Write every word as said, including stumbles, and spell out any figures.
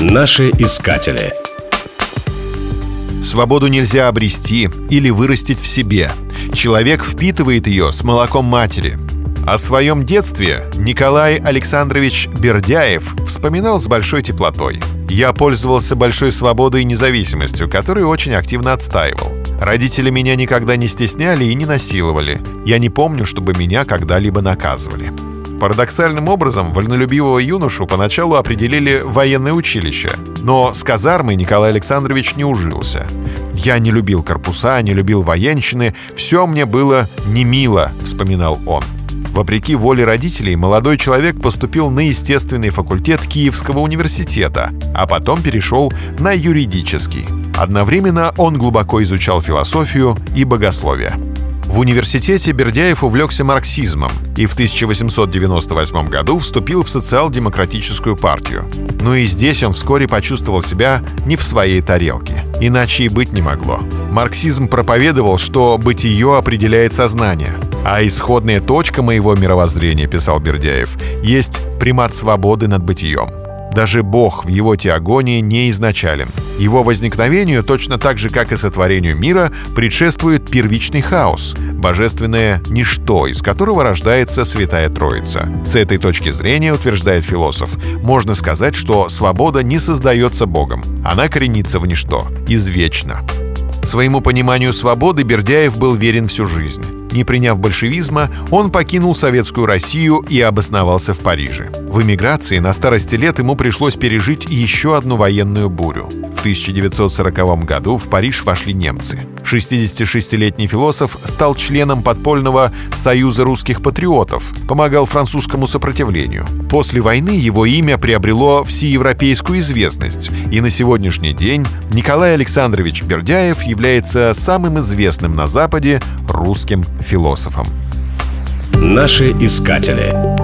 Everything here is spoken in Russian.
Наши искатели. Свободу нельзя обрести или вырастить в себе. Человек впитывает ее с молоком матери. О своем детстве Николай Александрович Бердяев вспоминал с большой теплотой. «Я пользовался большой свободой и независимостью, которую очень активно отстаивал. Родители меня никогда не стесняли и не насиловали. Я не помню, чтобы меня когда-либо наказывали». Парадоксальным образом, вольнолюбивого юношу поначалу определили в военное училище, но с казармой Николай Александрович не ужился. «Я не любил корпуса, не любил военщины, все мне было не мило», — вспоминал он. Вопреки воле родителей, молодой человек поступил на естественный факультет Киевского университета, а потом перешел на юридический. Одновременно он глубоко изучал философию и богословие. В университете Бердяев увлекся марксизмом и в тысяча восемьсот девяносто восьмом году вступил в социал-демократическую партию. Но и здесь он вскоре почувствовал себя не в своей тарелке. Иначе и быть не могло. Марксизм проповедовал, что бытие определяет сознание. А исходная точка моего мировоззрения, писал Бердяев, есть примат свободы над бытием. Даже Бог в его теогонии не изначален. Его возникновению, точно так же, как и сотворению мира, предшествует первичный хаос, божественное ничто, из которого рождается Святая Троица. С этой точки зрения, утверждает философ, можно сказать, что свобода не создается Богом. Она коренится в ничто, извечно. Своему пониманию свободы Бердяев был верен всю жизнь. Не приняв большевизма, он покинул Советскую Россию и обосновался в Париже. В эмиграции на старости лет ему пришлось пережить еще одну военную бурю. В тысяча девятьсот сороковом году в Париж вошли немцы. шестидесятишестилетний философ стал членом подпольного Союза русских патриотов, помогал французскому сопротивлению. После войны его имя приобрело всеевропейскую известность, и на сегодняшний день Николай Александрович Бердяев является самым известным на Западе русским философом. Наши искатели.